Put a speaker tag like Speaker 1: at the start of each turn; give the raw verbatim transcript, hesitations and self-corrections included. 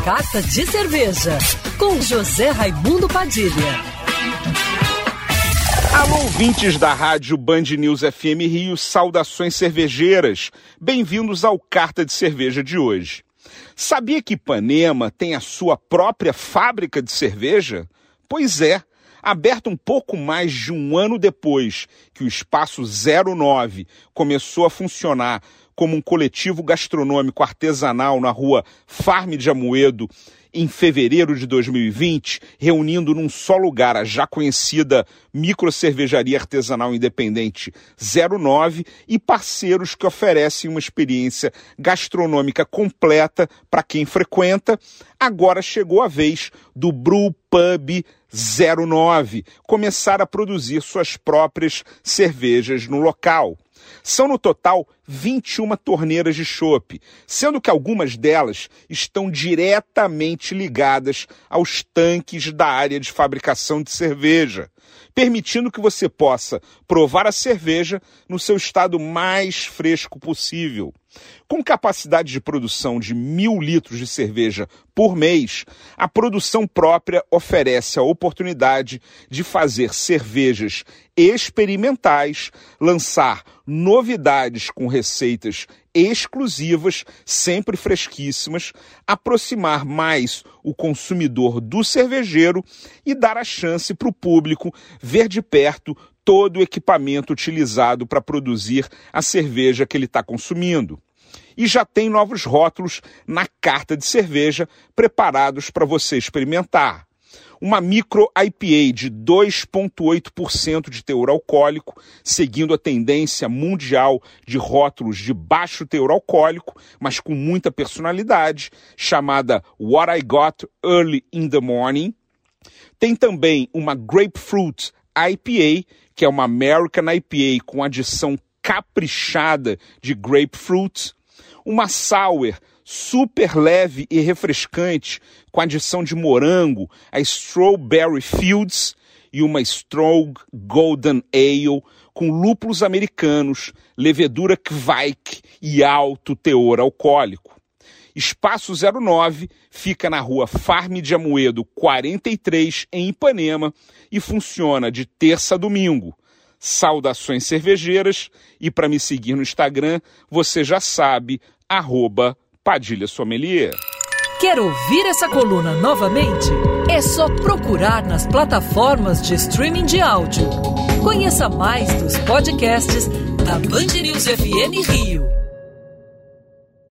Speaker 1: Carta de Cerveja, com José Raimundo Padilha.
Speaker 2: Alô, ouvintes da rádio Band News F M Rio, saudações cervejeiras. Bem-vindos ao Carta de Cerveja de hoje. Sabia que Ipanema tem a sua própria fábrica de cerveja? Pois é, aberta um pouco mais de um ano depois que o Espaço zero nove começou a funcionar como um coletivo gastronômico artesanal na rua Farm de Amoedo, em fevereiro de dois mil e vinte, reunindo num só lugar a já conhecida microcervejaria artesanal independente zero nove e parceiros que oferecem uma experiência gastronômica completa para quem frequenta, agora chegou a vez do Brew Pub zero nove começar a produzir suas próprias cervejas no local. São no total vinte e uma torneiras de chopp, sendo que algumas delas estão diretamente ligadas aos tanques da área de fabricação de cerveja, permitindo que você possa provar a cerveja no seu estado mais fresco possível. Com capacidade de produção de mil litros de cerveja por mês, a produção própria oferece a oportunidade de fazer cervejas experimentais, lançar novidades com receitas exclusivas, sempre fresquíssimas, aproximar mais o consumidor do cervejeiro e dar a chance para o público ver de perto todo o equipamento utilizado para produzir a cerveja que ele está consumindo. E já tem novos rótulos na carta de cerveja preparados para você experimentar. Uma micro I P A de dois vírgula oito por cento de teor alcoólico, seguindo a tendência mundial de rótulos de baixo teor alcoólico, mas com muita personalidade, chamada What I Got Early in the Morning. Tem também uma Grapefruit I P A, que é uma American I P A com adição caprichada de grapefruit. Uma Sour super leve e refrescante com adição de morango, a Strawberry Fields, e uma Strong Golden Ale com lúpulos americanos, levedura Kveik e alto teor alcoólico. Espaço zero nove fica na rua Farm de Amoedo quarenta e três, em Ipanema, e funciona de terça a domingo. Saudações cervejeiras, e para me seguir no Instagram, você já sabe, arroba Padilha Sommelier.
Speaker 1: Quer ouvir essa coluna novamente? É só procurar nas plataformas de streaming de áudio. Conheça mais dos podcasts da Band News F M Rio.